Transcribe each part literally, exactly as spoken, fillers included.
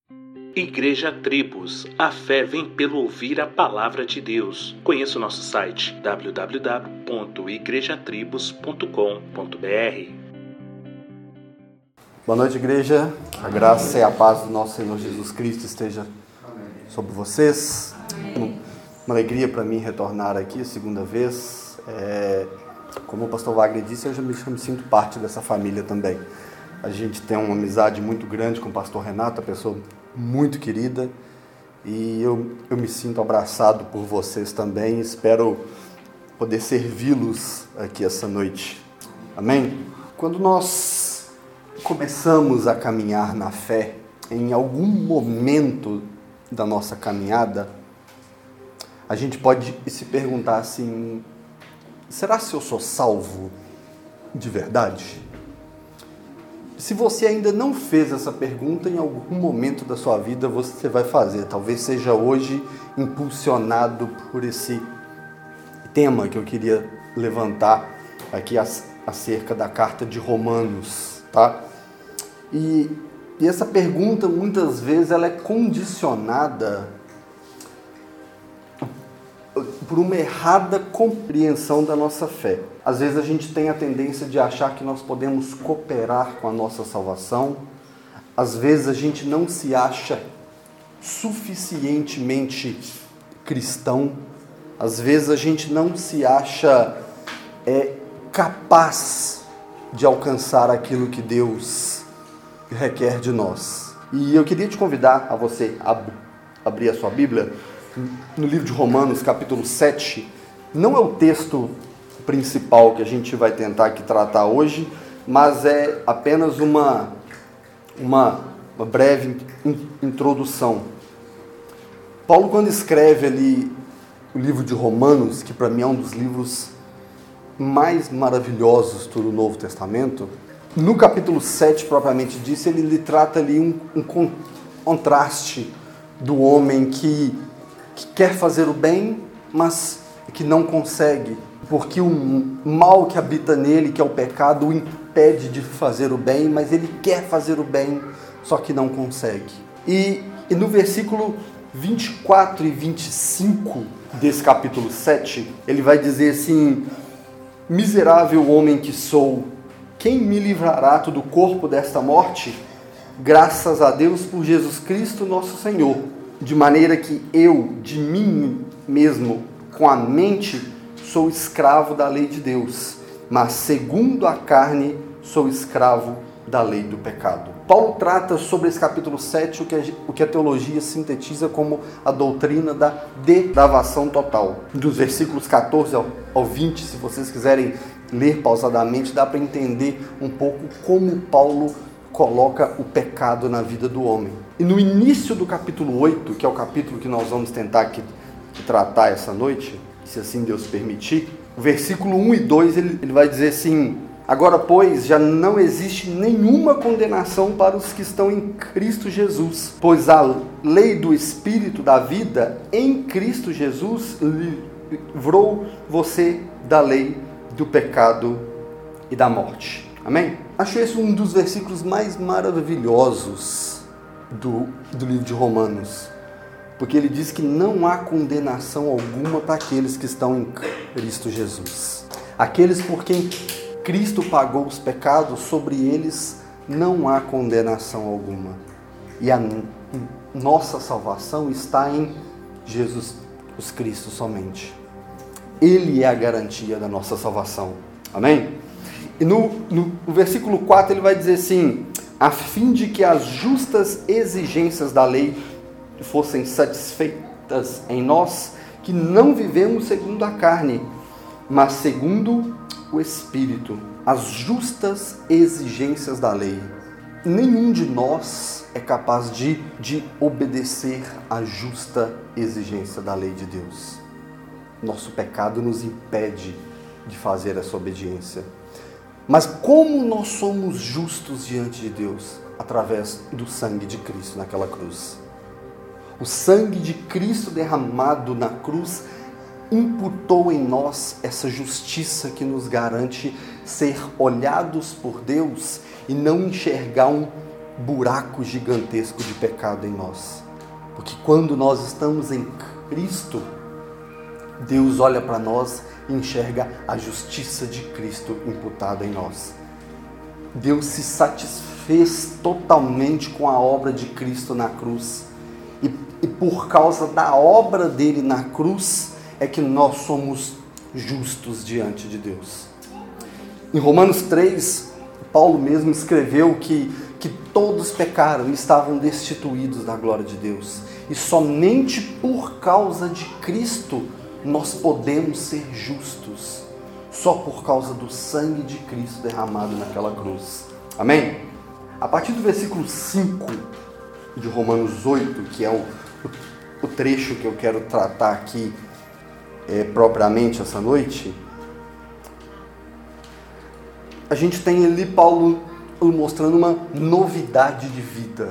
Igreja Tribos, a fé vem pelo ouvir a palavra de Deus. Conheça o nosso site w w w ponto igreja tribos ponto com ponto b r. Boa noite, igreja. A graça e a paz do nosso Senhor Jesus Cristo esteja sobre vocês. Uma alegria para mim retornar aqui a segunda vez. É, como o pastor Wagner disse, eu já me, já me sinto parte dessa família também. A gente tem uma amizade muito grande com o pastor Renato, uma pessoa muito querida, e eu, eu me sinto abraçado por vocês também. Espero poder servi-los aqui essa noite. Amém? Quando nós começamos a caminhar na fé, em algum momento da nossa caminhada, a gente pode se perguntar assim: será se eu sou salvo de verdade? Se você ainda não fez essa pergunta, em algum momento da sua vida você vai fazer. Talvez seja hoje impulsionado por esse tema que eu queria levantar aqui acerca da carta de Romanos, tá? E, e essa pergunta, muitas vezes, ela é condicionada por uma errada compreensão da nossa fé. Às vezes a gente tem a tendência de achar que nós podemos cooperar com a nossa salvação. Às vezes a gente não se acha suficientemente cristão. Às vezes a gente não se acha é, capaz de alcançar aquilo que Deus requer de nós. E eu queria te convidar a você ab- abrir a sua Bíblia no livro de Romanos, capítulo sete. Não é o texto principal que a gente vai tentar aqui tratar hoje, mas é apenas uma, uma, uma breve in, introdução. Paulo, quando escreve ali o livro de Romanos, que para mim é um dos livros mais maravilhosos do Novo Testamento, no capítulo sete, propriamente dito, ele, ele trata ali um, um contraste do homem que que quer fazer o bem, mas que não consegue, porque o mal que habita nele, que é o pecado, o impede de fazer o bem, mas ele quer fazer o bem, só que não consegue. E, e no versículo vinte e quatro e vinte e cinco desse capítulo sete, ele vai dizer assim: miserável homem que sou, quem me livrará do corpo desta morte? Graças a Deus por Jesus Cristo nosso Senhor. De maneira que eu, de mim mesmo, com a mente, sou escravo da lei de Deus, mas segundo a carne, sou escravo da lei do pecado. Paulo trata sobre esse capítulo sete o que a, o que a teologia sintetiza como a doutrina da depravação total. Dos versículos catorze ao vinte, se vocês quiserem ler pausadamente, dá para entender um pouco como Paulo coloca o pecado na vida do homem. E no início do capítulo oito, que é o capítulo que nós vamos tentar aqui tratar essa noite, se assim Deus permitir, o versículo um e dois, ele, ele vai dizer assim: agora, pois, já não existe nenhuma condenação para os que estão em Cristo Jesus, pois a lei do Espírito da vida em Cristo Jesus livrou você da lei do pecado e da morte. Amém? Acho esse um dos versículos mais maravilhosos do, do livro de Romanos, porque ele diz que não há condenação alguma para aqueles que estão em Cristo Jesus. Aqueles por quem Cristo pagou os pecados, sobre eles não há condenação alguma. E a nossa salvação está em Jesus Cristo somente. Ele é a garantia da nossa salvação. Amém? E no, no, no versículo quatro ele vai dizer assim: a fim de que as justas exigências da lei fossem satisfeitas em nós, que não vivemos segundo a carne, mas segundo o Espírito. As justas exigências da lei. Nenhum de nós é capaz de, de obedecer à justa exigência da lei de Deus. Nosso pecado nos impede de fazer essa obediência. Mas como nós somos justos diante de Deus? Através do sangue de Cristo naquela cruz. O sangue de Cristo derramado na cruz imputou em nós essa justiça que nos garante ser olhados por Deus e não enxergar um, buraco gigantesco de pecado em nós. Porque quando nós estamos em Cristo, Deus olha para nós e enxerga a justiça de Cristo imputada em nós. Deus se satisfez totalmente com a obra de Cristo na cruz. E, e por causa da obra dele na cruz, é que nós somos justos diante de Deus. Em Romanos três, Paulo mesmo escreveu que, que todos pecaram e estavam destituídos da glória de Deus. E somente por causa de Cristo nós podemos ser justos. Só por causa do sangue de Cristo derramado naquela cruz. Amém? A partir do versículo cinco de Romanos oito, que é o, o, o trecho que eu quero tratar aqui é, propriamente essa noite, a gente tem ali Paulo mostrando uma novidade de vida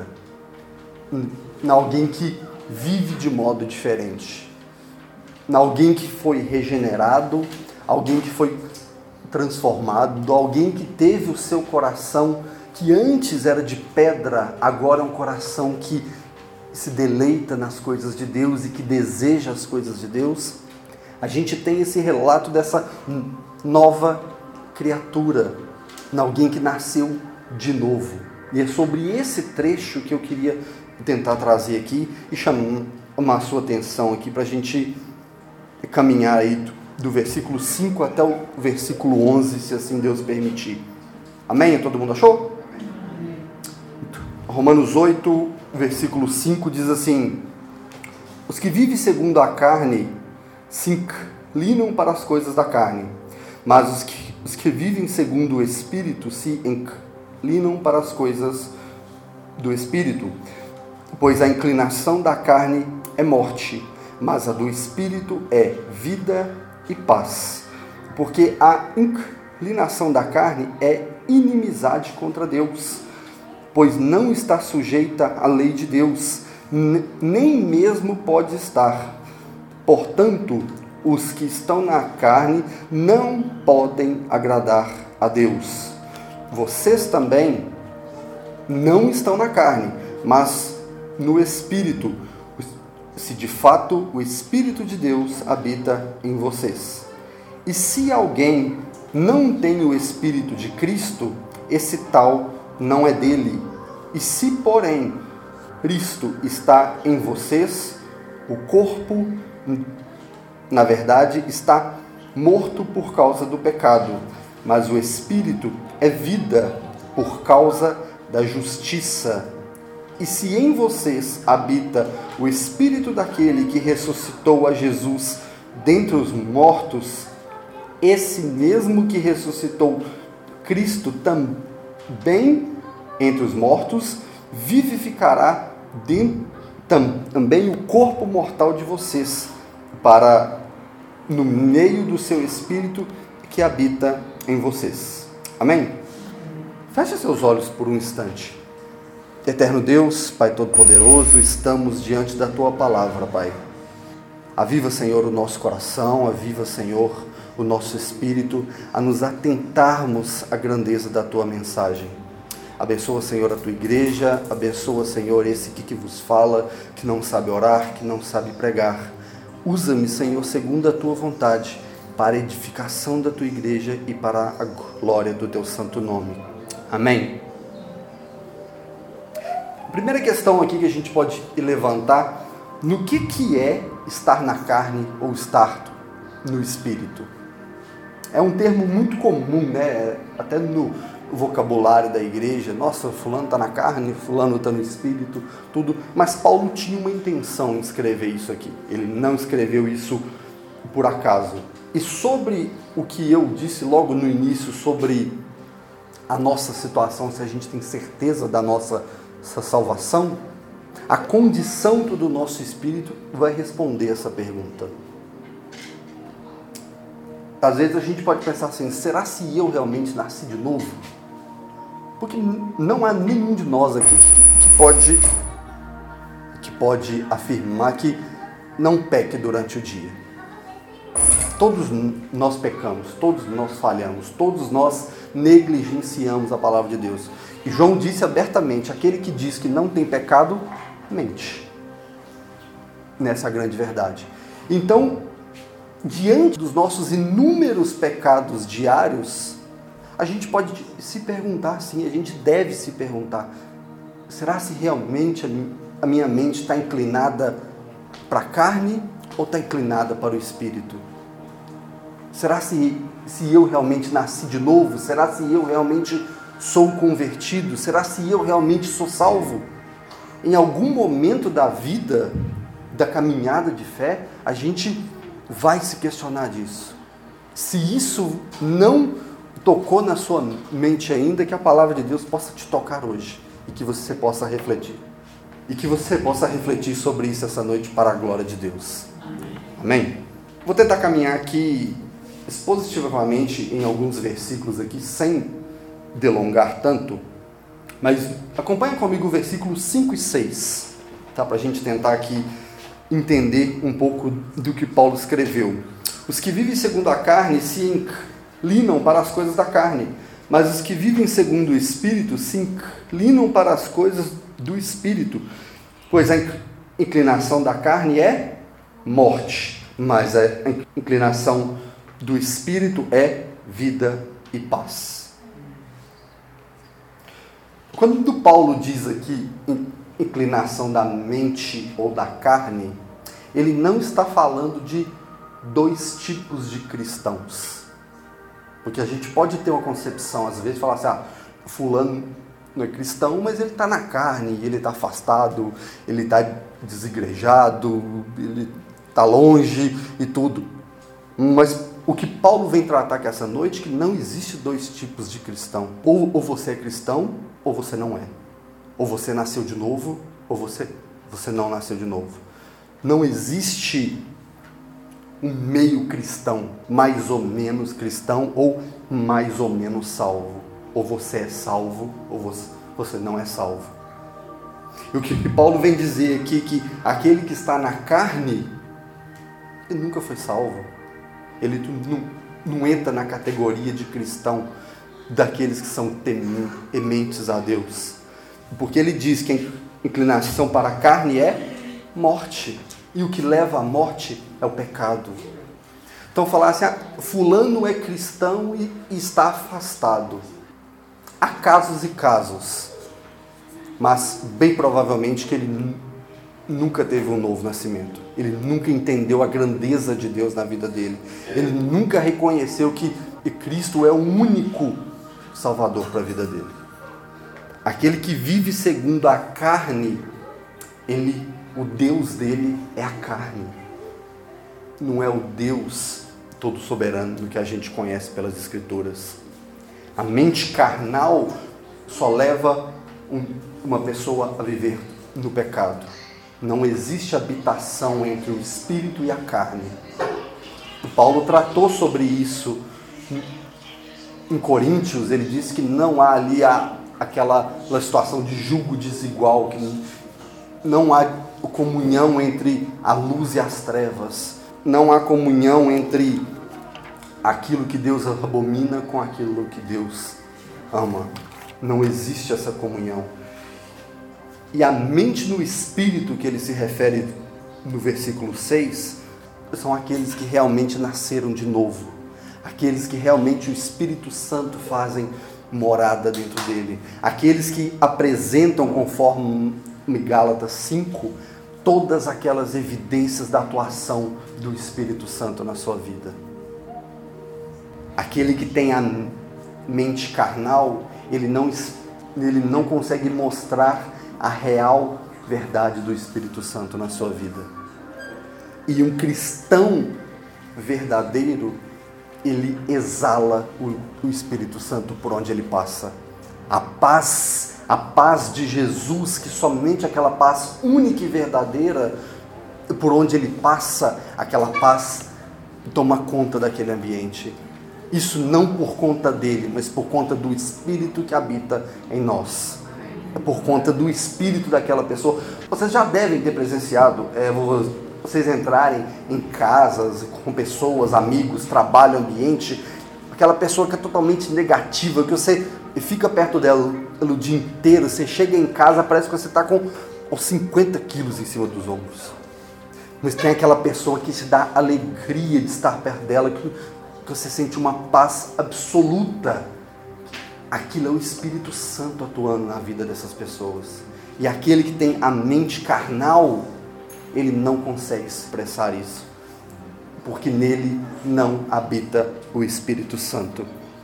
em alguém que vive de modo diferente, em alguém que foi regenerado, alguém que foi transformado, alguém que teve o seu coração, que antes era de pedra, agora é um coração que se deleita nas coisas de Deus e que deseja as coisas de Deus. A gente tem esse relato dessa nova criatura, em alguém que nasceu de novo. E é sobre esse trecho que eu queria tentar trazer aqui e chamar a sua atenção aqui para a gente caminhar aí do versículo cinco até o versículo onze, se assim Deus permitir. Amém? Todo mundo achou? Amém. Romanos oito, versículo cinco diz assim: os que vivem segundo a carne se inclinam para as coisas da carne, mas os que, os que vivem segundo o Espírito se inclinam para as coisas do Espírito. Pois a inclinação da carne é morte, mas a do Espírito é vida e paz, porque a inclinação da carne é inimizade contra Deus, pois não está sujeita à lei de Deus, nem mesmo pode estar. Portanto, os que estão na carne não podem agradar a Deus. Vocês também não estão na carne, mas no Espírito, se de fato o Espírito de Deus habita em vocês. E se alguém não tem o Espírito de Cristo, esse tal não é dele. E se, porém, Cristo está em vocês, o corpo, na verdade, está morto por causa do pecado, mas o Espírito é vida por causa da justiça. E se em vocês habita o Espírito daquele que ressuscitou a Jesus dentre os mortos, esse mesmo que ressuscitou Cristo também entre os mortos, vivificará dentro, também o corpo mortal de vocês, para no meio do seu Espírito que habita em vocês. Amém? Feche seus olhos por um instante. Eterno Deus, Pai Todo-Poderoso, estamos diante da Tua Palavra, Pai. Aviva, Senhor, o nosso coração, aviva, Senhor, o nosso espírito, a nos atentarmos à grandeza da Tua mensagem. Abençoa, Senhor, a Tua igreja, abençoa, Senhor, esse que, que vos fala, que não sabe orar, que não sabe pregar. Usa-me, Senhor, segundo a Tua vontade, para a edificação da Tua igreja e para a glória do Teu santo nome. Amém. Primeira questão aqui que a gente pode levantar: no que, que é estar na carne ou estar no Espírito? É um termo muito comum, né? Até no vocabulário da igreja. Nossa, fulano está na carne, fulano está no Espírito, tudo. Mas Paulo tinha uma intenção em escrever isso aqui. Ele não escreveu isso por acaso. E sobre o que eu disse logo no início, sobre a nossa situação, se a gente tem certeza da nossa essa salvação, a condição do nosso espírito vai responder essa pergunta. Às vezes a gente pode pensar assim: será se eu realmente nasci de novo? Porque não há nenhum de nós aqui que, que pode que pode afirmar que não peque durante o dia. Todos nós pecamos, todos nós falhamos, todos nós negligenciamos a palavra de Deus. E João disse abertamente, aquele que diz que não tem pecado, mente. Nessa grande verdade. Então, diante dos nossos inúmeros pecados diários, a gente pode se perguntar, sim, a gente deve se perguntar, será se realmente a minha mente está inclinada para a carne ou está inclinada para o Espírito? Será se, se eu realmente nasci de novo? Será se eu realmente sou convertido? Será se eu realmente sou salvo? Em algum momento da vida, da caminhada de fé, a gente vai se questionar disso. Se isso não tocou na sua mente ainda, que a palavra de Deus possa te tocar hoje e que você possa refletir. E que você possa refletir sobre isso essa noite para a glória de Deus. Amém? Vou tentar caminhar aqui expositivamente em alguns versículos aqui, sem delongar tanto, mas acompanha comigo o versículo cinco e seis, tá? Para a gente tentar aqui entender um pouco do que Paulo escreveu. Os que vivem segundo a carne se inclinam para as coisas da carne, mas os que vivem segundo o Espírito se inclinam para as coisas do Espírito, pois a inclinação da carne é morte, mas a inclinação do Espírito é vida e paz. Quando Paulo diz aqui inclinação da mente ou da carne, ele não está falando de dois tipos de cristãos. Porque a gente pode ter uma concepção, às vezes, falar assim, ah, fulano não é cristão, mas ele está na carne, ele está afastado, ele está desigrejado, ele está longe e tudo. Mas o que Paulo vem tratar aqui essa noite é que não existe dois tipos de cristão. Ou, ou você é cristão, ou você não é. Ou você nasceu de novo, ou você, você não nasceu de novo. Não existe um meio cristão, mais ou menos cristão, ou mais ou menos salvo. Ou você é salvo, ou você, você não é salvo. E o que Paulo vem dizer aqui, que aquele que está na carne, ele nunca foi salvo. Ele não, não entra na categoria de cristão daqueles que são tementes a Deus. Porque ele diz que a inclinação para a carne é morte. E o que leva à morte é o pecado. Então falar assim, ah, fulano é cristão e, e está afastado. Há casos e casos. Mas bem provavelmente que ele nunca teve um novo nascimento. Ele nunca entendeu a grandeza de Deus na vida dele. Ele nunca reconheceu que Cristo é o único Salvador para a vida dele. Aquele que vive segundo a carne, ele, o Deus dele é a carne. Não é o Deus todo soberano do que a gente conhece pelas Escrituras. A mente carnal só leva um, uma pessoa a viver no pecado. Não existe habitação entre o espírito e a carne. O Paulo tratou sobre isso em Coríntios. Ele disse que não há ali a, aquela, aquela situação de julgo desigual, que não há comunhão entre a luz e as trevas. Não há comunhão entre aquilo que Deus abomina com aquilo que Deus ama. Não existe essa comunhão. E a mente no espírito que ele se refere no versículo seis, são aqueles que realmente nasceram de novo. Aqueles que realmente o Espírito Santo fazem morada dentro dele. Aqueles que apresentam, conforme Gálatas cinco, todas aquelas evidências da atuação do Espírito Santo na sua vida. Aquele que tem a mente carnal, ele não, ele não consegue mostrar a real verdade do Espírito Santo na sua vida. E um cristão verdadeiro, ele exala o, o Espírito Santo por onde ele passa. A paz, a paz de Jesus, que somente aquela paz única e verdadeira, por onde ele passa, aquela paz toma conta daquele ambiente. Isso não por conta dele, mas por conta do Espírito que habita em nós. É por conta do Espírito daquela pessoa. Vocês já devem ter presenciado, é, vocês entrarem em casas, com pessoas, amigos, trabalho, ambiente, aquela pessoa que é totalmente negativa, que você fica perto dela o dia inteiro, você chega em casa, parece que você está com uns cinquenta quilos em cima dos ombros. Mas tem aquela pessoa que te dá alegria de estar perto dela, que, que você sente uma paz absoluta. Aquilo é o Espírito Santo atuando na vida dessas pessoas. E aquele que tem a mente carnal, ele não consegue expressar isso, porque nele não habita o Espírito Santo.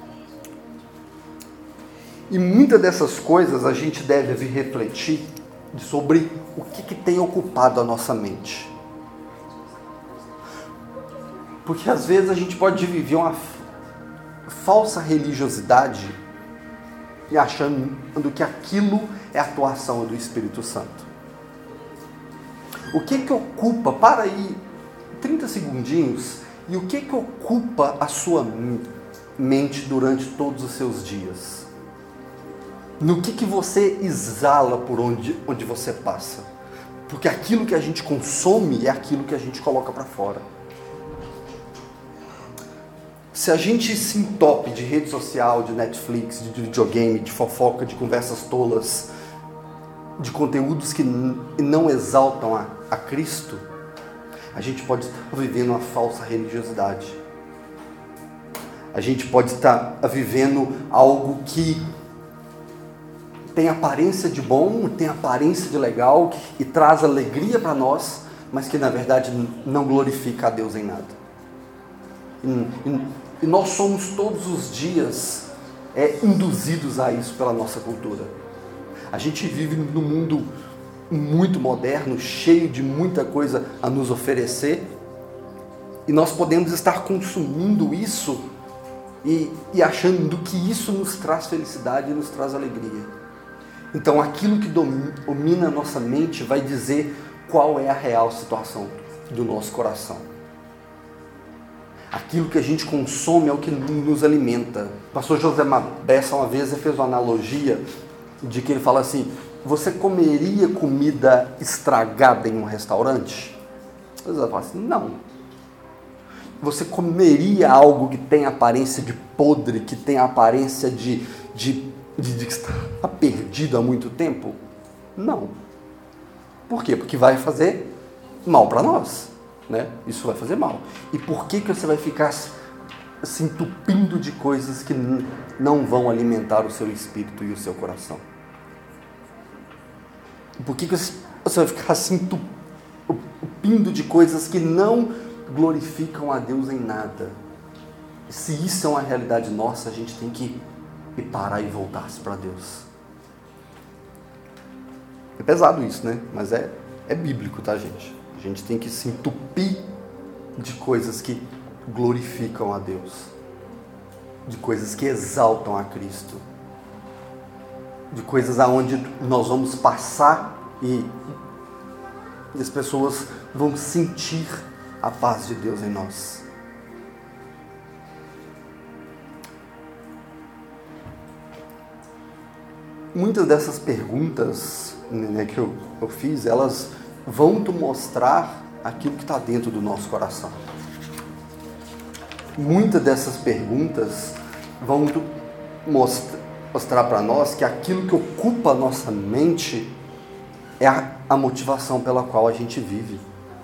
E muitas dessas coisas a gente deve vir refletir sobre o que, que tem ocupado a nossa mente. Porque às vezes a gente pode viver uma falsa religiosidade e achando que aquilo é a atuação do Espírito Santo. O que que ocupa, para aí trinta segundinhos, e o que que ocupa a sua mente durante todos os seus dias? No que que você exala por onde, onde você passa? Porque aquilo que a gente consome é aquilo que a gente coloca para fora. Se a gente se entope de rede social, de Netflix, de videogame, de fofoca, de conversas tolas, de conteúdos que não exaltam a, a Cristo, a gente pode estar vivendo uma falsa religiosidade. A gente pode estar vivendo algo que tem aparência de bom, tem aparência de legal e traz alegria para nós, mas que na verdade não glorifica a Deus em nada. E, e, e nós somos todos os dias é, induzidos a isso pela nossa cultura. A gente vive num mundo muito moderno, cheio de muita coisa a nos oferecer, e nós podemos estar consumindo isso e, e achando que isso nos traz felicidade e nos traz alegria. Então aquilo que domina a nossa mente vai dizer qual é a real situação do nosso coração. Aquilo que a gente consome é o que nos alimenta. O pastor José Mabessa uma vez fez uma analogia de que ele fala assim: você comeria comida estragada em um restaurante? Você fala assim, não. Você comeria algo que tem aparência de podre, que tem aparência de, de, de, de estar perdido há muito tempo? Não. Por quê? Porque vai fazer mal para nós, né? Isso vai fazer mal. E por que, que você vai ficar se entupindo de coisas que não vão alimentar o seu espírito e o seu coração? Por que, que você vai ficar se entupindo de coisas que não glorificam a Deus em nada? Se isso é uma realidade nossa, a gente tem que parar e voltar-se para Deus. É pesado isso, né? Mas é, é bíblico, tá, gente? A gente tem que se entupir de coisas que glorificam a Deus, de coisas que exaltam a Cristo, de coisas aonde nós vamos passar e, e as pessoas vão sentir a paz de Deus em nós. Muitas dessas perguntas, né, que eu, eu fiz, elas vão te mostrar aquilo que está dentro do nosso coração. Muitas dessas perguntas vão te mostrar, mostrar para nós que aquilo que ocupa a nossa mente é a, a motivação pela qual a gente vive.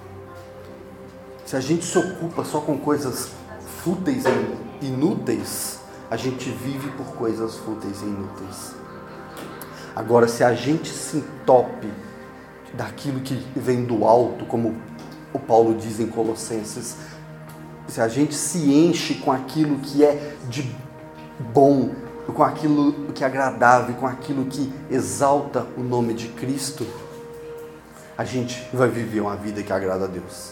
Se a gente se ocupa só com coisas fúteis e inúteis, a gente vive por coisas fúteis e inúteis. Agora, se a gente se entope daquilo que vem do alto, como o Paulo diz em Colossenses, se a gente se enche com aquilo que é de bom, com aquilo que é agradável, com aquilo que exalta o nome de Cristo, a gente vai viver uma vida que agrada a Deus.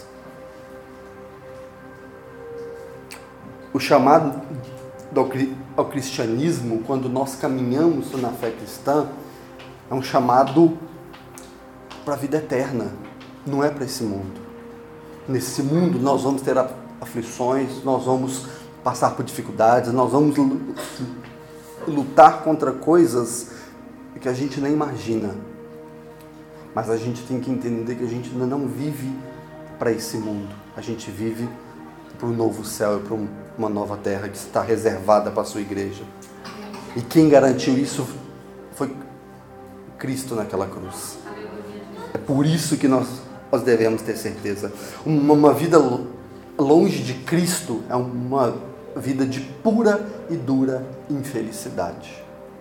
O chamado ao cristianismo, quando nós caminhamos na fé cristã, é um chamado para a vida eterna, não é para esse mundo. Nesse mundo nós vamos ter aflições, nós vamos passar por dificuldades, nós vamos lutar contra coisas que a gente nem imagina. Mas a gente tem que entender que a gente ainda não vive para esse mundo. A gente vive para um novo céu e para uma nova terra que está reservada para a sua igreja. E quem garantiu isso foi Cristo naquela cruz. É por isso que nós, nós devemos ter certeza. Uma, uma vida longe de Cristo é uma vida de pura e dura infelicidade.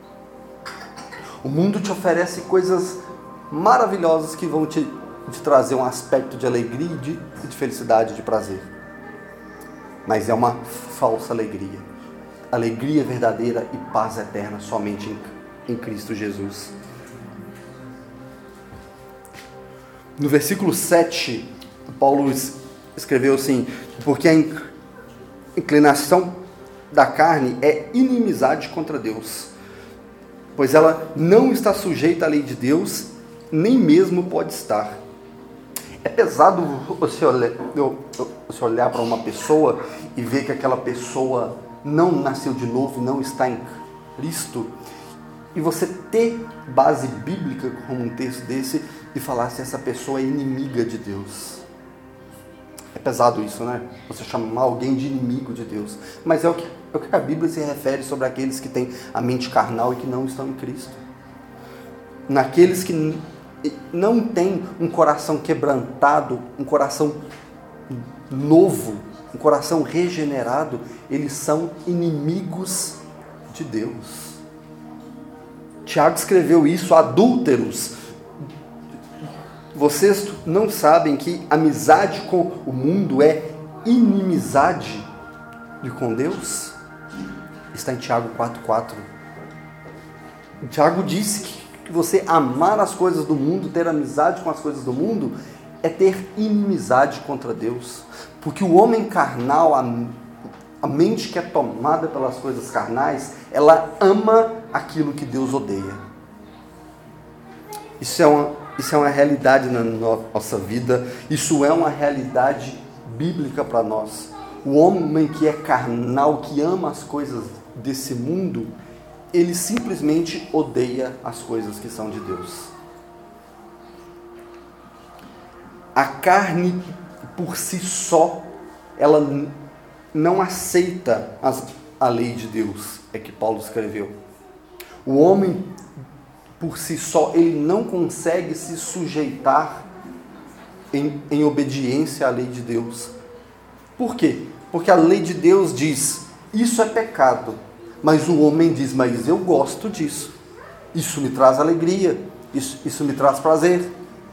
O mundo te oferece coisas maravilhosas que vão te, te trazer um aspecto de alegria e de, de felicidade, de prazer. Mas é uma falsa alegria. Alegria verdadeira e paz eterna somente em, em Cristo Jesus. No versículo sete, Paulo escreveu assim: porque a inclinação da carne é inimizade contra Deus, pois ela não está sujeita à lei de Deus, nem mesmo pode estar. É pesado você olhar, você olhar para uma pessoa e ver que aquela pessoa não nasceu de novo, não está em Cristo, e você ter base bíblica como um texto desse e falar se essa pessoa é inimiga de Deus. É pesado isso, né? Você chamar alguém de inimigo de Deus. Mas é o que, é o que a Bíblia se refere sobre aqueles que têm a mente carnal e que não estão em Cristo. Naqueles que não têm um coração quebrantado, um coração novo, um coração regenerado, eles são inimigos de Deus. Tiago escreveu isso: adúlteros, vocês não sabem que amizade com o mundo é inimizade com Deus? Está em Tiago quatro, quatro. Tiago disse que você amar as coisas do mundo, ter amizade com as coisas do mundo, é ter inimizade contra Deus. Porque o homem carnal, a, a mente que é tomada pelas coisas carnais, ela ama aquilo que Deus odeia. Isso é uma, isso é uma realidade na nossa vida, isso é uma realidade bíblica para nós. O homem que é carnal, que ama as coisas desse mundo, ele simplesmente odeia as coisas que são de Deus. A carne, por si só, ela não aceita as, a lei de Deus, é que Paulo escreveu. O homem, por si só, ele não consegue se sujeitar em, em obediência à lei de Deus. Por quê? Porque a lei de Deus diz, isso é pecado. Mas o homem diz, mas eu gosto disso. Isso me traz alegria, isso, isso me traz prazer.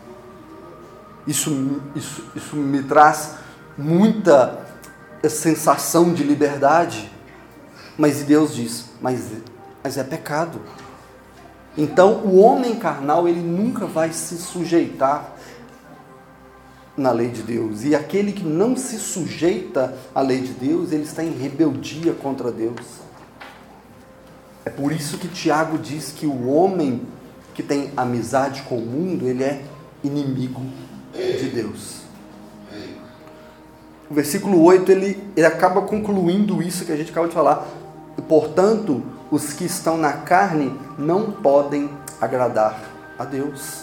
Isso, isso, isso me traz muita sensação de liberdade. Mas Deus diz, mas, mas é pecado. Então o homem carnal, ele nunca vai se sujeitar na lei de Deus. E aquele que não se sujeita à lei de Deus, ele está em rebeldia contra Deus. É por isso que Tiago diz que o homem que tem amizade com o mundo, ele é inimigo de Deus. O versículo oito, ele, ele acaba concluindo isso que a gente acaba de falar. Portanto, os que estão na carne não podem agradar a Deus.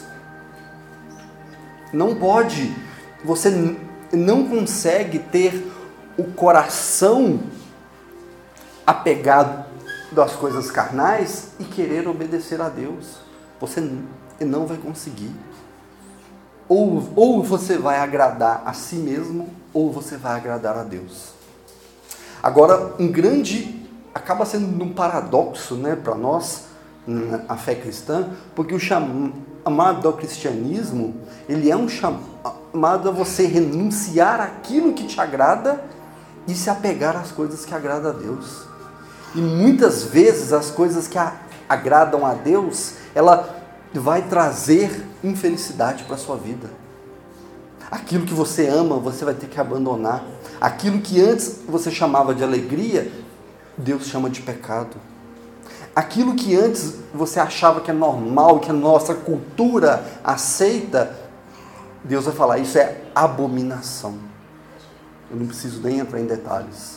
Não pode. Você não consegue ter o coração apegado das coisas carnais e querer obedecer a Deus. Você não vai conseguir. Ou, ou você vai agradar a si mesmo, ou você vai agradar a Deus. Agora, um grande, acaba sendo um paradoxo, né, para nós, a fé cristã, porque o chamado ao cristianismo, ele é um chamado a você renunciar àquilo que te agrada e se apegar às coisas que agradam a Deus. E muitas vezes as coisas que agradam a Deus, ela vai trazer infelicidade para a sua vida. Aquilo que você ama, você vai ter que abandonar. Aquilo que antes você chamava de alegria, Deus chama de pecado. Aquilo que antes você achava que é normal, que a nossa cultura aceita, Deus vai falar, isso é abominação. Eu não preciso nem entrar em detalhes.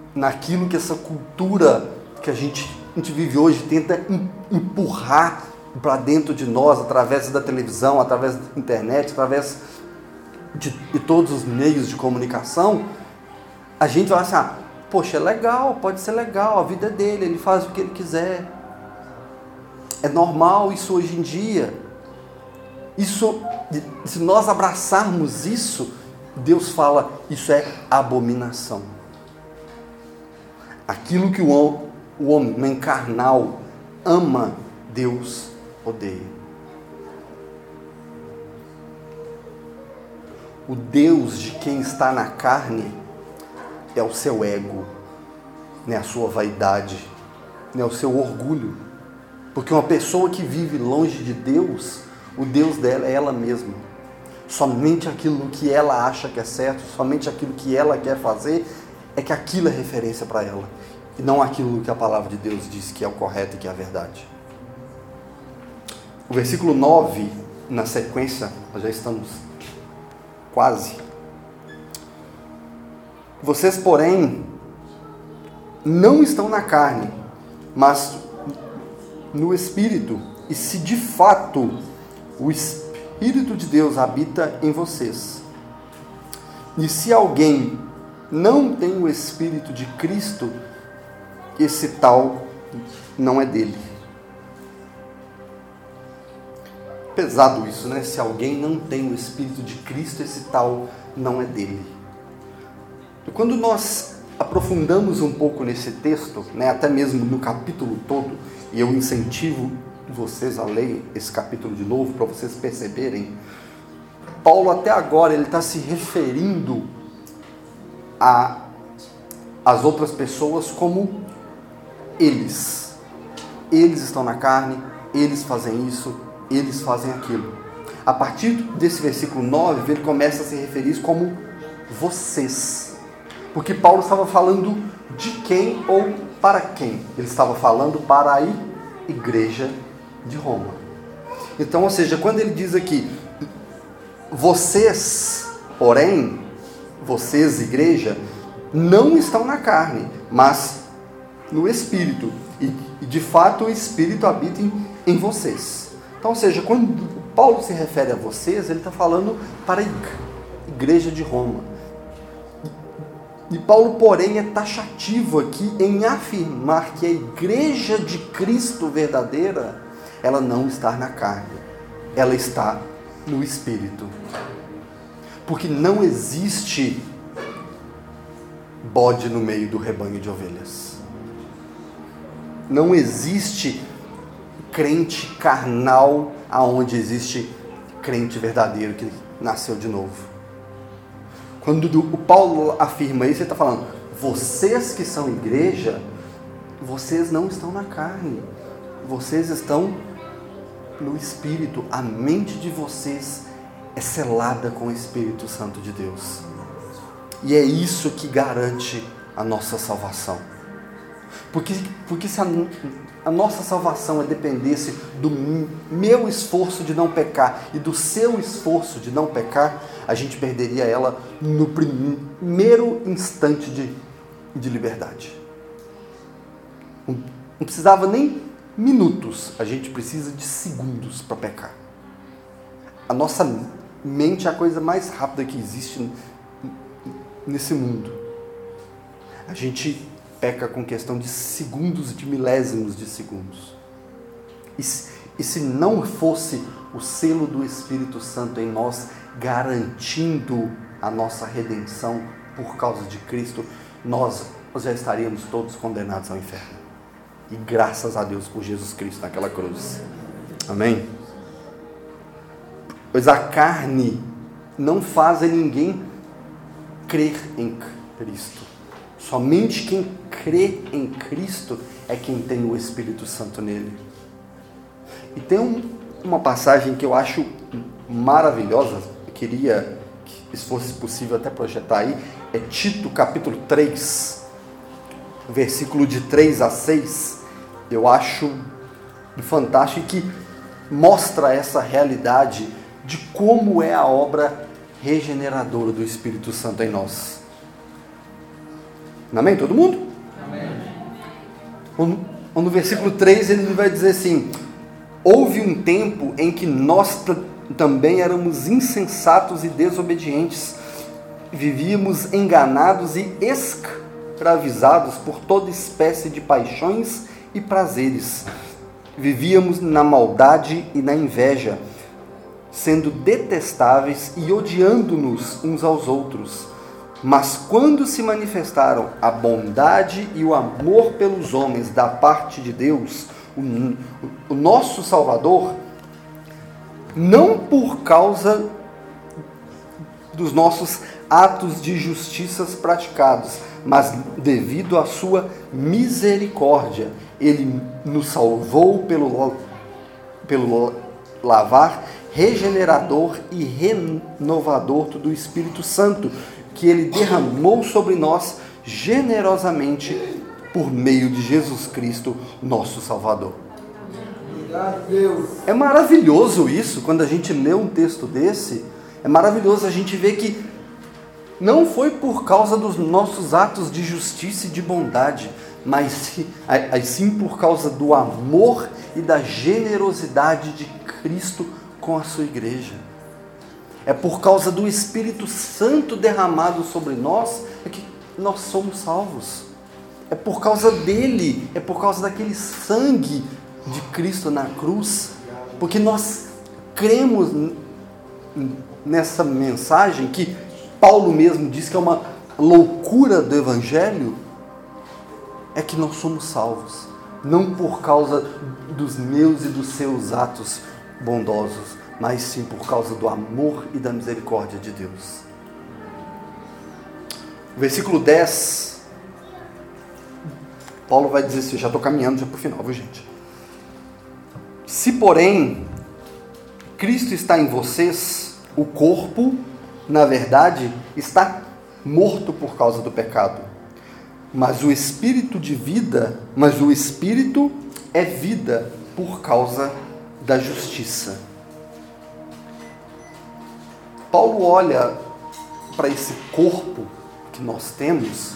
Naquilo que essa cultura que a gente, a gente vive hoje tenta empurrar para dentro de nós, através da televisão, através da internet, através de, de todos os meios de comunicação, a gente vai assim, ah, poxa, é legal, pode ser legal, a vida é dele, ele faz o que ele quiser. É normal isso hoje em dia. Isso, se nós abraçarmos isso, Deus fala, isso é abominação. Aquilo que o homem carnal ama, Deus odeia. O Deus de quem está na carne é o seu ego, não é a sua vaidade, não é o seu orgulho. Porque uma pessoa que vive longe de Deus, o Deus dela é ela mesma. Somente aquilo que ela acha que é certo, somente aquilo que ela quer fazer, é que aquilo é referência para ela. E não aquilo que a palavra de Deus diz que é o correto e que é a verdade. O versículo nove, na sequência, nós já estamos quase. Vocês, porém, não estão na carne, mas no Espírito. E se de fato o Espírito de Deus habita em vocês. E se alguém não tem o Espírito de Cristo, esse tal não é dele. Pesado isso, né? Se alguém não tem o Espírito de Cristo, esse tal não é dele. E quando nós aprofundamos um pouco nesse texto, né, até mesmo no capítulo todo, e eu incentivo vocês a ler esse capítulo de novo, para vocês perceberem, Paulo até agora ele está se referindo a as outras pessoas como eles. Eles estão na carne, eles fazem isso, eles fazem aquilo. A partir desse versículo nove, ele começa a se referir como vocês. Porque Paulo estava falando de quem ou para quem? Ele estava falando para a igreja de Roma. Então, ou seja, quando ele diz aqui, vocês, porém, vocês, igreja, não estão na carne, mas no Espírito. E, de fato, o Espírito habita em, em vocês. Então, ou seja, quando Paulo se refere a vocês, ele está falando para a igreja de Roma. E Paulo, porém, é taxativo aqui em afirmar que a igreja de Cristo verdadeira, ela não está na carne, ela está no Espírito. Porque não existe bode no meio do rebanho de ovelhas. Não existe crente carnal aonde existe crente verdadeiro que nasceu de novo. Quando o Paulo afirma isso, ele está falando, vocês que são igreja, vocês não estão na carne, vocês estão no Espírito. A mente de vocês é selada com o Espírito Santo de Deus. E é isso que garante a nossa salvação. Porque, porque se a, a nossa salvação dependesse do meu esforço de não pecar e do seu esforço de não pecar, a gente perderia ela no primeiro instante de, de liberdade. Não, não precisava nem minutos, a gente precisa de segundos para pecar. A nossa mente é a coisa mais rápida que existe nesse mundo. A gente peca com questão de segundos, de milésimos de segundos. E se, e se não fosse o selo do Espírito Santo em nós, garantindo a nossa redenção por causa de Cristo, nós, nós já estaríamos todos condenados ao inferno. E graças a Deus por Jesus Cristo naquela cruz. Amém? Pois a carne não faz ninguém crer em Cristo. Somente quem crê em Cristo é quem tem o Espírito Santo nele. E tem um, uma passagem que eu acho maravilhosa, eu queria que se fosse possível até projetar aí, é Tito capítulo três, versículo de três a seis, eu acho fantástico, que mostra essa realidade de como é a obra regeneradora do Espírito Santo em nós. Amém? Todo mundo? Amém. No, no versículo três ele vai dizer assim, houve um tempo em que nós t- também éramos insensatos e desobedientes. Vivíamos enganados e escravizados por toda espécie de paixões e prazeres. Vivíamos na maldade e na inveja, sendo detestáveis e odiando-nos uns aos outros. Mas quando se manifestaram a bondade e o amor pelos homens da parte de Deus, o, o nosso Salvador, não por causa dos nossos atos de justiças praticados, mas devido à sua misericórdia, Ele nos salvou pelo, pelo lavar regenerador e renovador do Espírito Santo, que Ele derramou sobre nós generosamente por meio de Jesus Cristo, nosso Salvador. É maravilhoso isso, quando a gente lê um texto desse, é maravilhoso a gente ver que não foi por causa dos nossos atos de justiça e de bondade, mas sim por causa do amor e da generosidade de Cristo com a sua igreja. É por causa do Espírito Santo derramado sobre nós é que nós somos salvos. É por causa dele, é por causa daquele sangue de Cristo na cruz, porque nós cremos nessa mensagem que Paulo mesmo diz que é uma loucura do Evangelho, é que nós somos salvos, não por causa dos meus e dos seus atos bondosos, mas sim por causa do amor e da misericórdia de Deus. Versículo dez, Paulo vai dizer assim, já estou caminhando já para o final, viu gente? Se porém Cristo está em vocês, o corpo, na verdade, está morto por causa do pecado, mas o espírito de vida, mas o espírito é vida por causa da justiça. Paulo olha para esse corpo que nós temos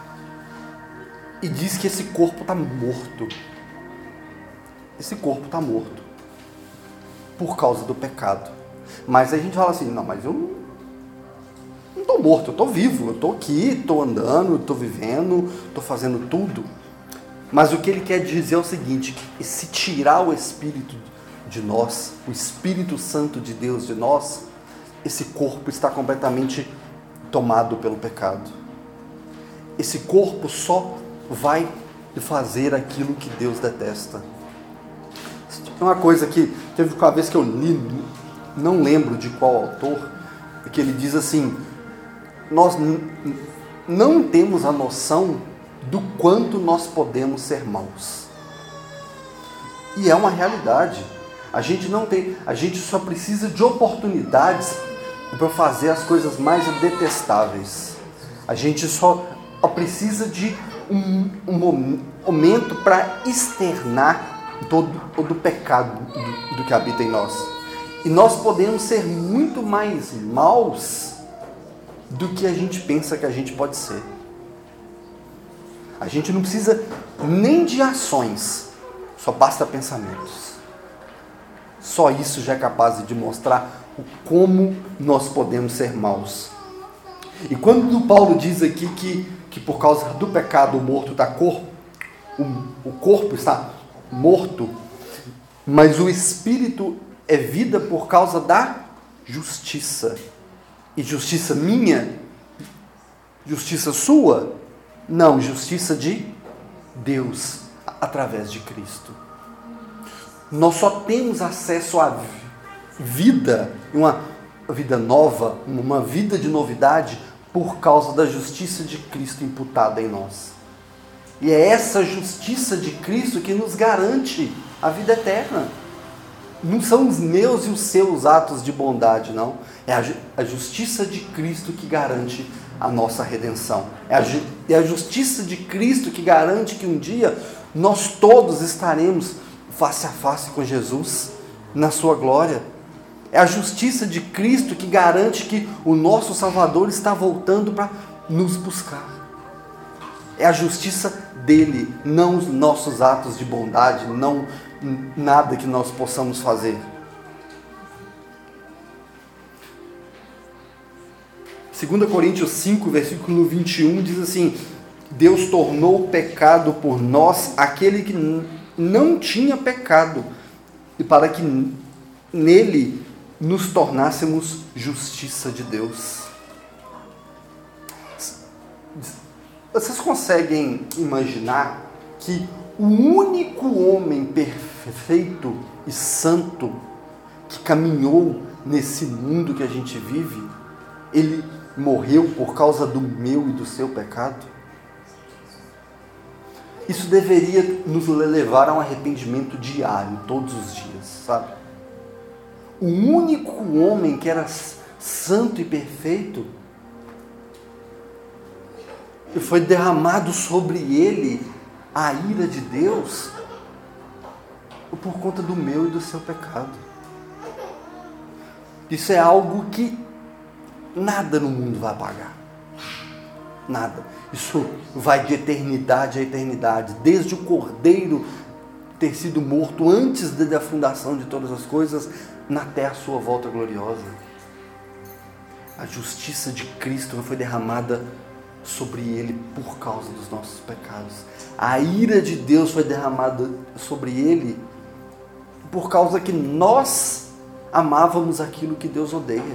e diz que esse corpo está morto. Esse corpo está morto por causa do pecado. Mas aí a gente fala assim, não, mas eu não estou morto, eu estou vivo, eu estou aqui, estou andando, estou vivendo, estou fazendo tudo. Mas o que ele quer dizer é o seguinte, que se tirar o Espírito de nós, o Espírito Santo de Deus de nós, esse corpo está completamente tomado pelo pecado. Esse corpo só vai fazer aquilo que Deus detesta. Uma coisa que teve uma vez que eu li, não lembro de qual autor, que ele diz assim, nós n- não temos a noção do quanto nós podemos ser maus. E é uma realidade. A gente não tem, a gente só precisa de oportunidades para fazer as coisas mais detestáveis. A gente só precisa de um, um momento para externar todo, todo o pecado do, do que habita em nós. E nós podemos ser muito mais maus do que a gente pensa que a gente pode ser. A gente não precisa nem de ações, só basta pensamentos. Só isso já é capaz de mostrar o como nós podemos ser maus. E quando Paulo diz aqui que, que por causa do pecado o morto está corpo, o, o corpo está morto, mas o espírito é vida por causa da justiça. E justiça minha? Justiça sua? Não, justiça de Deus, através de Cristo. Nós só temos acesso à vida, uma vida nova, uma vida de novidade, por causa da justiça de Cristo imputada em nós. E é essa justiça de Cristo que nos garante a vida eterna. Não são os meus e os seus atos de bondade, não. É a, a justiça de Cristo que garante a nossa redenção. É a, é a justiça de Cristo que garante que um dia nós todos estaremos face a face com Jesus, na sua glória. É a justiça de Cristo que garante que o nosso Salvador está voltando para nos buscar. É a justiça dele, não os nossos atos de bondade, não nada que nós possamos fazer. dois Coríntios cinco, versículo vinte e um diz assim: Deus tornou pecado por nós aquele que não tinha pecado, e para que nele nos tornássemos justiça de Deus. Vocês conseguem imaginar que o único homem perfeito e santo que caminhou nesse mundo que a gente vive, ele morreu por causa do meu e do seu pecado? Isso deveria nos levar a um arrependimento diário, todos os dias, sabe? O único homem que era santo e perfeito, foi derramado sobre ele a ira de Deus por conta do meu e do seu pecado. Isso é algo que nada no mundo vai apagar. Nada. Isso vai de eternidade a eternidade. Desde o Cordeiro ter sido morto antes da fundação de todas as coisas, até a sua volta gloriosa. A justiça de Cristo foi derramada sobre ele por causa dos nossos pecados. A ira de Deus foi derramada sobre ele por causa que nós amávamos aquilo que Deus odeia.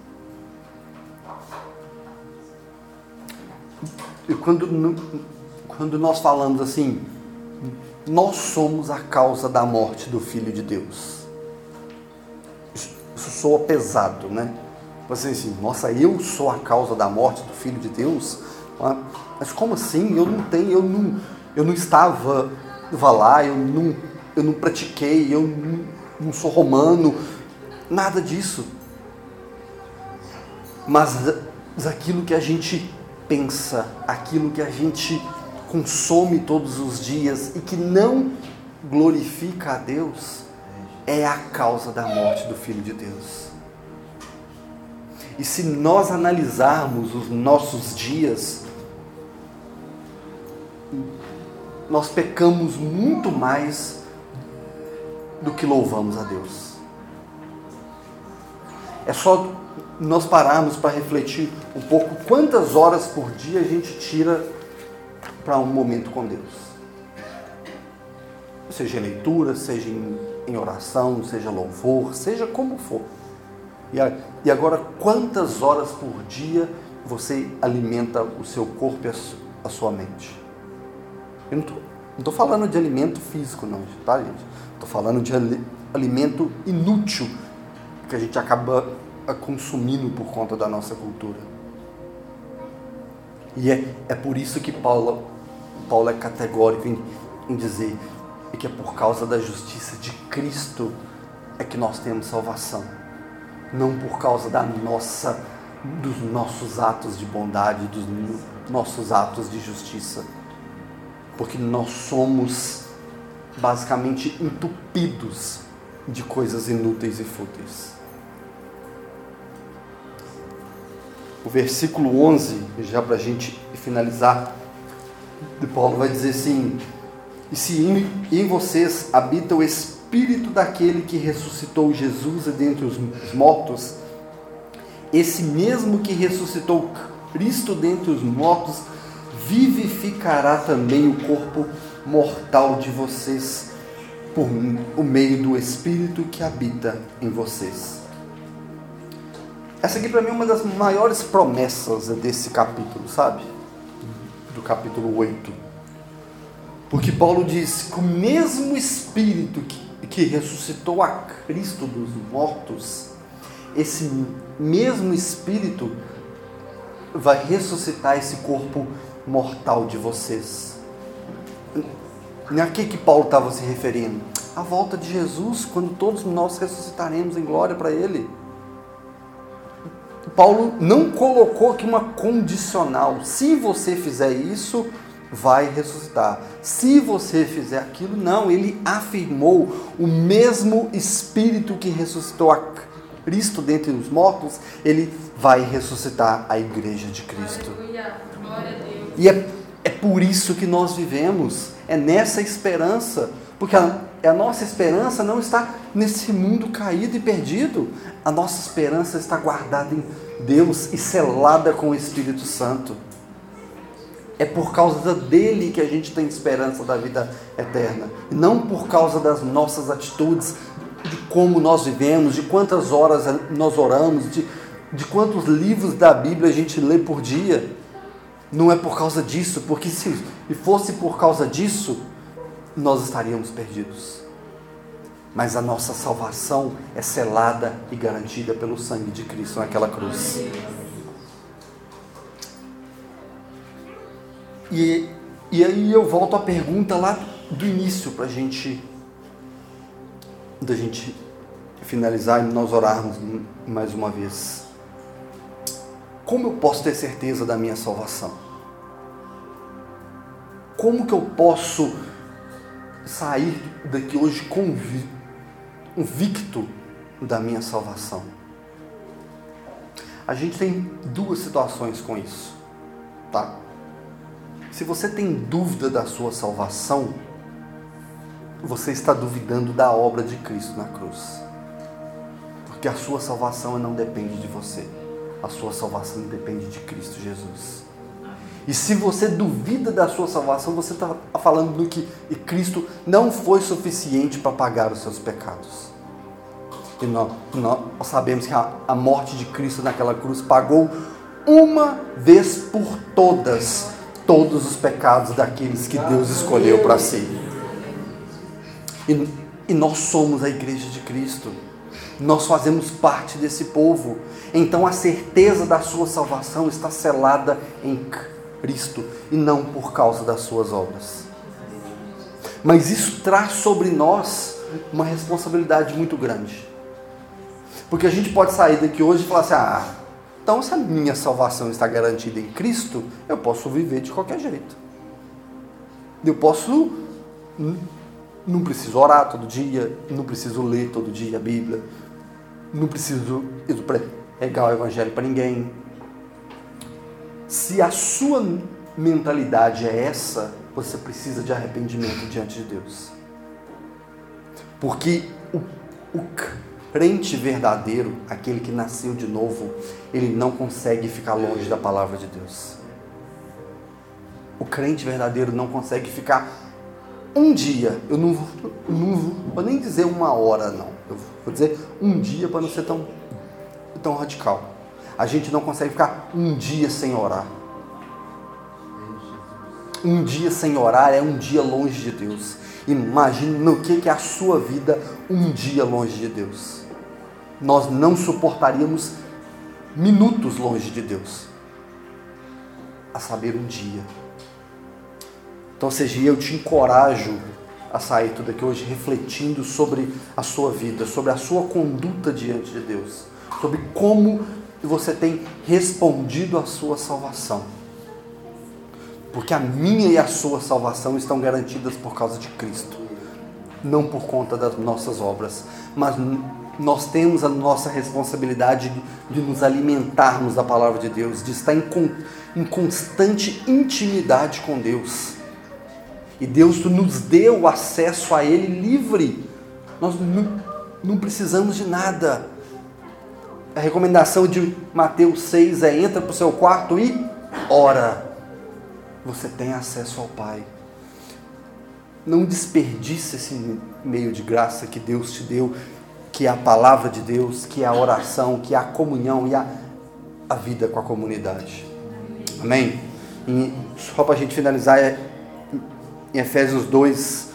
E quando, quando nós falamos assim, nós somos a causa da morte do Filho de Deus. Isso, isso soa pesado, né? Você assim, nossa, eu sou a causa da morte do Filho de Deus? Mas como assim? Eu não tenho, eu não, eu não estava lá, eu não, eu não pratiquei, eu não, não sou romano, nada disso. Mas, mas aquilo que a gente pensa, aquilo que a gente consome todos os dias e que não glorifica a Deus, é a causa da morte do Filho de Deus. E se nós analisarmos os nossos dias, nós pecamos muito mais do que louvamos a Deus. É só nós pararmos para refletir um pouco quantas horas por dia a gente tira para um momento com Deus. Seja em leitura, seja em, em oração, seja louvor, seja como for. E, a, e agora, quantas horas por dia você alimenta o seu corpo e a, su, a sua mente? Eu não estou falando de alimento físico, não, tá, gente? Estou falando de ali, alimento inútil que a gente acaba consumindo por conta da nossa cultura. E é, é por isso que Paulo, Paulo é categórico em, em dizer que é por causa da justiça de Cristo é que nós temos salvação. Não por causa da nossa, dos nossos atos de bondade, dos nossos atos de justiça. Porque nós somos basicamente entupidos de coisas inúteis e fúteis. O versículo onze, já para a gente finalizar, de Paulo vai dizer assim: e se em, em vocês habita o Espírito daquele que ressuscitou Jesus dentre os mortos, esse mesmo que ressuscitou Cristo dentre os mortos, vivificará também o corpo mortal de vocês, por o meio do Espírito que habita em vocês. Essa aqui para mim é uma das maiores promessas desse capítulo, sabe? Do capítulo oito. Porque Paulo diz que o mesmo Espírito que, que ressuscitou a Cristo dos mortos, esse mesmo Espírito vai ressuscitar esse corpo mortal de vocês. A que que Paulo estava se referindo? A volta de Jesus, quando todos nós ressuscitaremos em glória para Ele. Paulo não colocou aqui uma condicional. Se você fizer isso, vai ressuscitar. Se você fizer aquilo, não. Ele afirmou: o mesmo Espírito que ressuscitou a Cristo dentre os mortos, Ele vai ressuscitar a igreja de Cristo. Aleluia. Glória a Deus. E é, é por isso que nós vivemos. É nessa esperança. Porque a, a nossa esperança não está nesse mundo caído e perdido. A nossa esperança está guardada em Deus e selada com o Espírito Santo. É por causa dele que a gente tem esperança da vida eterna. E não por causa das nossas atitudes, de como nós vivemos, de quantas horas nós oramos, de, de quantos livros da Bíblia a gente lê por dia. Não é por causa disso, porque se fosse por causa disso, nós estaríamos perdidos. Mas a nossa salvação é selada e garantida pelo sangue de Cristo naquela cruz. E, e aí eu volto à pergunta lá do início, para a gente, da gente finalizar e nós orarmos mais uma vez. Como eu posso ter certeza da minha salvação? Como que eu posso sair daqui hoje convicto da minha salvação? A gente tem duas situações com isso, tá? Se você tem dúvida da sua salvação, você está duvidando da obra de Cristo na cruz. Porque a sua salvação não depende de você. A sua salvação depende de Cristo Jesus. E se você duvida da sua salvação, você está falando do que Cristo não foi suficiente para pagar os seus pecados. E nós, nós sabemos que a, a morte de Cristo naquela cruz pagou uma vez por todas todos os pecados daqueles que Deus escolheu para si. E, e nós somos a igreja de Cristo. Nós fazemos parte desse povo. Então a certeza da sua salvação está selada em Cristo e não por causa das suas obras. Mas isso traz sobre nós uma responsabilidade muito grande. Porque a gente pode sair daqui hoje e falar assim: ah, então se a minha salvação está garantida em Cristo, eu posso viver de qualquer jeito. Eu posso, não preciso orar todo dia, não preciso ler todo dia a Bíblia, não preciso pregar o Evangelho para ninguém. Se a sua mentalidade é essa, você precisa de arrependimento diante de Deus. Porque o, o crente verdadeiro, aquele que nasceu de novo, ele não consegue ficar longe da palavra de Deus. O crente verdadeiro não consegue ficar um dia, eu não, não vou nem dizer uma hora não, eu vou dizer um dia para não ser tão, tão radical. A gente não consegue ficar um dia sem orar. Um dia sem orar é um dia longe de Deus. Imagine no que é a sua vida um dia longe de Deus. Nós não suportaríamos minutos longe de Deus. A saber, um dia. Então, seja, eu te encorajo a sair tudo aqui hoje refletindo sobre a sua vida, sobre a sua conduta diante de Deus, sobre como você tem respondido à sua salvação. Porque a minha e a sua salvação estão garantidas por causa de Cristo, não por conta das nossas obras, mas nós temos a nossa responsabilidade de, de nos alimentarmos da palavra de Deus, de estar em, em constante intimidade com Deus. E Deus nos deu acesso a Ele livre. Nós não, não precisamos de nada. A recomendação de Mateus seis é: entra para o seu quarto e ora. Você tem acesso ao Pai. Não desperdice esse meio de graça que Deus te deu, que é a palavra de Deus, que é a oração, que é a comunhão e a, a vida com a comunidade. Amém? E só para a gente finalizar, é em Efésios dois,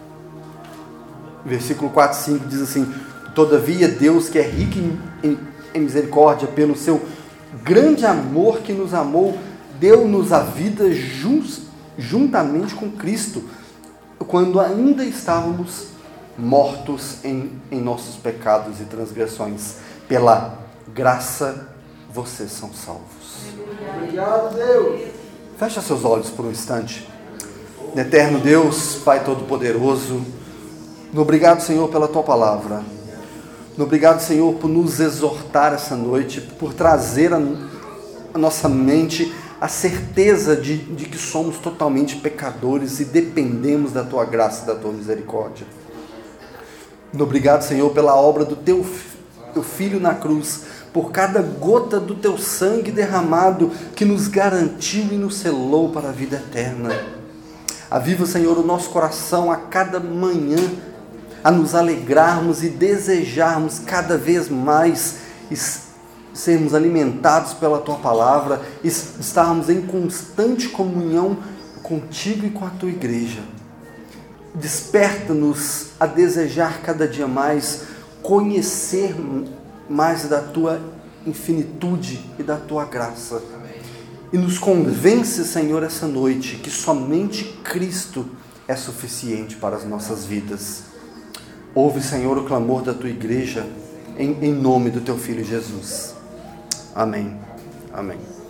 versículo quatro e cinco, diz assim: todavia Deus, que é rico em, em, em misericórdia, pelo seu grande amor que nos amou, deu-nos a vida jun- juntamente com Cristo, quando ainda estávamos mortos em, em nossos pecados e transgressões. Pela graça vocês são salvos. Obrigado, Deus. Fecha seus olhos por um instante. Eterno Deus, Pai Todo-Poderoso, obrigado, Senhor, pela Tua palavra. Obrigado, Senhor, por nos exortar essa noite, por trazer a, a nossa mente a certeza de, de que somos totalmente pecadores e dependemos da Tua graça e da Tua misericórdia. Obrigado, Senhor, pela obra do Teu, teu Filho na cruz, por cada gota do Teu sangue derramado que nos garantiu e nos selou para a vida eterna. Aviva, Senhor, o nosso coração a cada manhã, a nos alegrarmos e desejarmos cada vez mais sermos alimentados pela Tua palavra, e estarmos em constante comunhão contigo e com a Tua igreja. Desperta-nos a desejar cada dia mais conhecer mais da Tua infinitude e da Tua graça. E nos convence, Senhor, essa noite, que somente Cristo é suficiente para as nossas vidas. Ouve, Senhor, o clamor da Tua igreja, em, em nome do Teu Filho Jesus. Amém. Amém.